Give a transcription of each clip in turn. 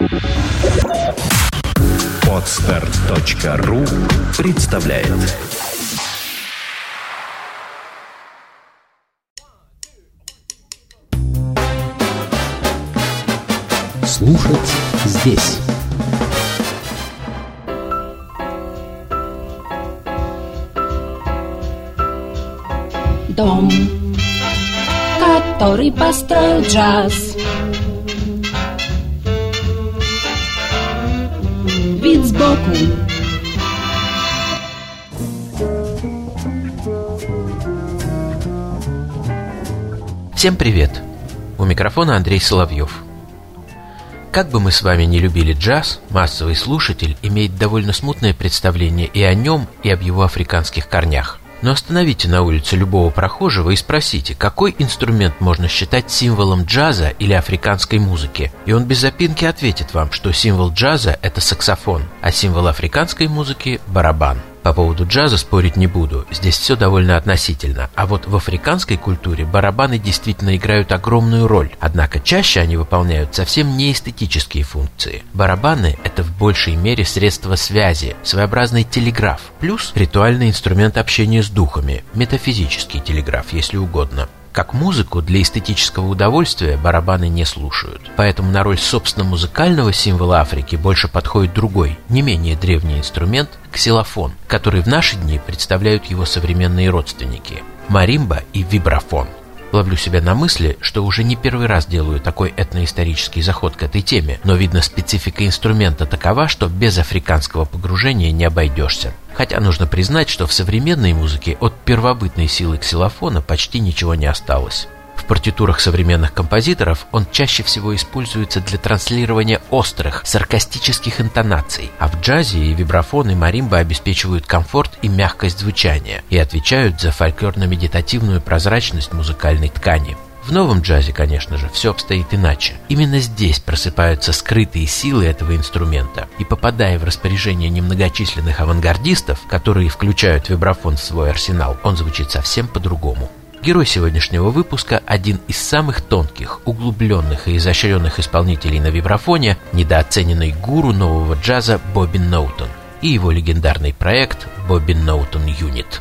Podster.ru представляет. Слушать здесь. Дом, который построил джаз. Вид сбоку. Всем привет! У микрофона Андрей Соловьев. Как бы мы с вами не любили джаз, массовый слушатель имеет довольно смутное представление и о нем, и об его африканских корнях. Но остановите на улице любого прохожего и спросите, какой инструмент можно считать символом джаза или африканской музыки, и он без запинки ответит вам, что символ джаза – это саксофон, а символ африканской музыки – барабан. По поводу джаза спорить не буду, здесь все довольно относительно, а вот в африканской культуре барабаны действительно играют огромную роль, однако чаще они выполняют совсем не эстетические функции. Барабаны – это в большей мере средство связи, своеобразный телеграф, плюс ритуальный инструмент общения с духами, метафизический телеграф, если угодно. Как музыку для эстетического удовольствия барабаны не слушают. Поэтому на роль собственно музыкального символа Африки больше подходит другой, не менее древний инструмент – ксилофон, который в наши дни представляют его современные родственники – маримба и вибрафон. Ловлю себя на мысли, что уже не первый раз делаю такой этноисторический заход к этой теме, но, видно, специфика инструмента такова, что без африканского погружения не обойдешься. Хотя нужно признать, что в современной музыке от первобытной силы ксилофона почти ничего не осталось. В партитурах современных композиторов он чаще всего используется для транслирования острых, саркастических интонаций, а в джазе и вибрафон и маримба обеспечивают комфорт и мягкость звучания и отвечают за фольклорно-медитативную прозрачность музыкальной ткани. В новом джазе, конечно же, все обстоит иначе. Именно здесь просыпаются скрытые силы этого инструмента, и попадая в распоряжение немногочисленных авангардистов, которые включают вибрафон в свой арсенал, он звучит совсем по-другому. Герой сегодняшнего выпуска – один из самых тонких, углубленных и изощренных исполнителей на вибрафоне, недооцененный гуру нового джаза Бобби Ноутон и его легендарный проект Bobby Noton Unit.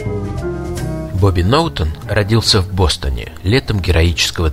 Бобби Ноутон родился в Бостоне летом героического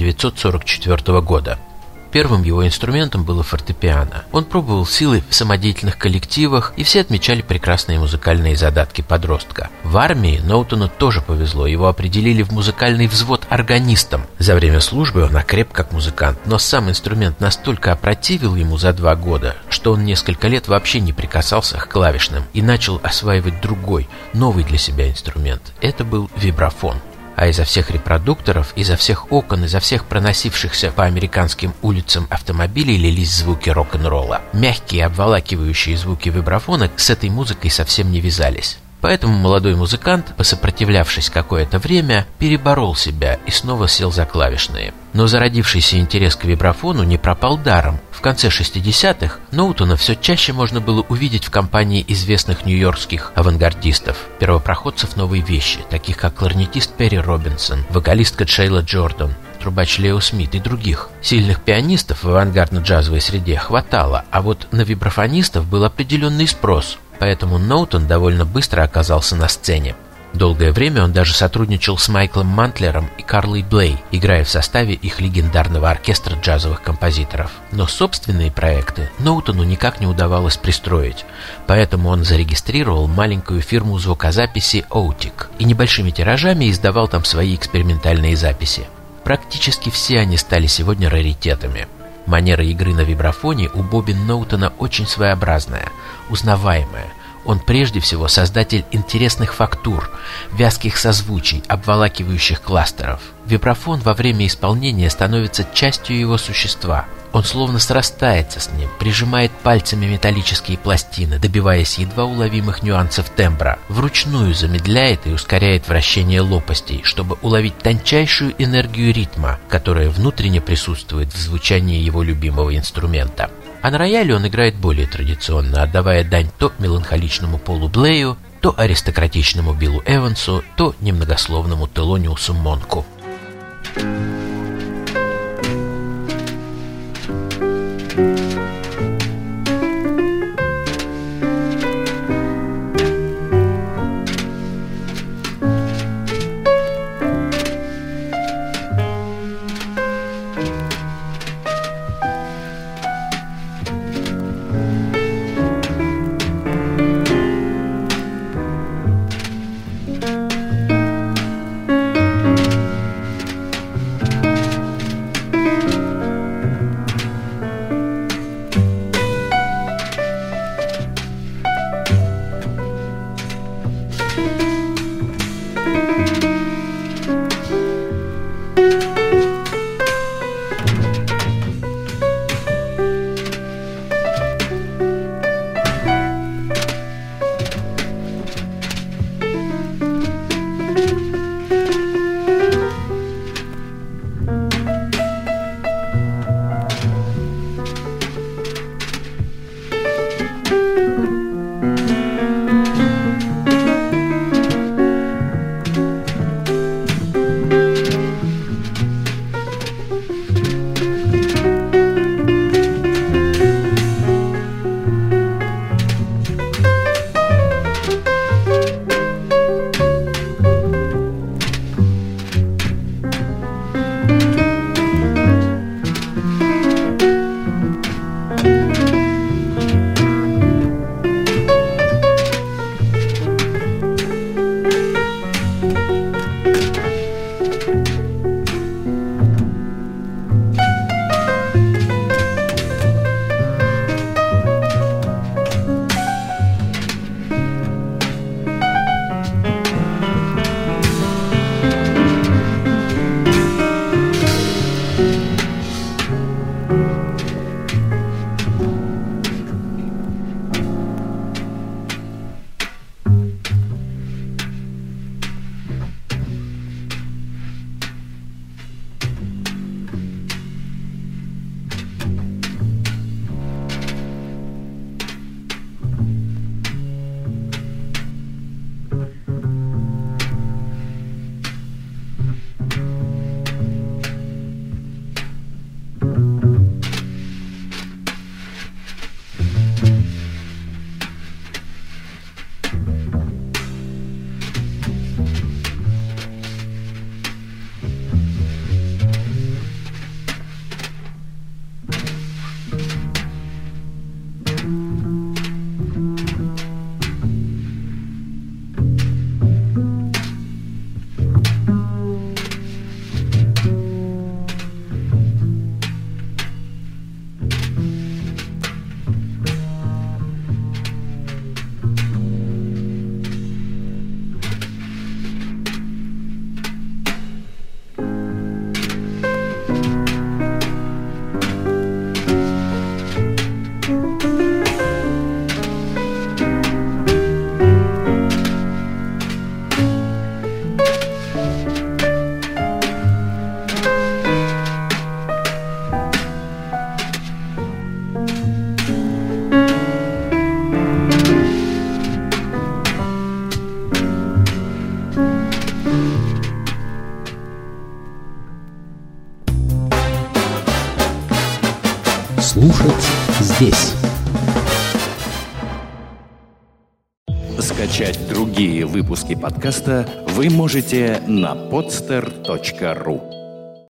1944 года. Первым его инструментом было фортепиано. Он пробовал силы в самодеятельных коллективах, и все отмечали прекрасные музыкальные задатки подростка. В армии Ноутону тоже повезло, его определили в музыкальный взвод органистом. За время службы он окреп как музыкант, но сам инструмент настолько опротивил ему за 2 года, что он несколько лет вообще не прикасался к клавишным и начал осваивать другой, новый для себя инструмент. Это был вибрафон. А изо всех репродукторов, изо всех окон, изо всех проносившихся по американским улицам автомобилей лились звуки рок-н-ролла. Мягкие, обволакивающие звуки вибрафона с этой музыкой совсем не вязались. Поэтому молодой музыкант, посопротивлявшись какое-то время, переборол себя и снова сел за клавишные. Но зародившийся интерес к вибрафону не пропал даром. В конце 60-х Ноутона все чаще можно было увидеть в компании известных нью-йоркских авангардистов, первопроходцев новой вещи, таких как кларнетист Перри Робинсон, вокалистка Шейла Джордан, трубач Лео Смит и других. Сильных пианистов в авангардно-джазовой среде хватало, а вот на вибрафонистов был определенный спрос. Поэтому Ноутон довольно быстро оказался на сцене. Долгое время он даже сотрудничал с Майклом Мантлером и Карлой Блей, играя в составе их легендарного оркестра джазовых композиторов. Но собственные проекты Ноутону никак не удавалось пристроить, поэтому он зарегистрировал маленькую фирму звукозаписи Otic и небольшими тиражами издавал там свои экспериментальные записи. Практически все они стали сегодня раритетами. Манера игры на вибрафоне у Бобби Ноутона очень своеобразная, узнаваемая. Он прежде всего создатель интересных фактур, вязких созвучий, обволакивающих кластеров. Вибрафон во время исполнения становится частью его существа. Он словно срастается с ним, прижимает пальцами металлические пластины, добиваясь едва уловимых нюансов тембра, вручную замедляет и ускоряет вращение лопастей, чтобы уловить тончайшую энергию ритма, которая внутренне присутствует в звучании его любимого инструмента. А на рояле он играет более традиционно, отдавая дань то меланхоличному Полу Блею, то аристократичному Биллу Эвансу, то немногословному Телониусу Монку. Слушать здесь. Скачать другие выпуски подкаста вы можете на podster.ru.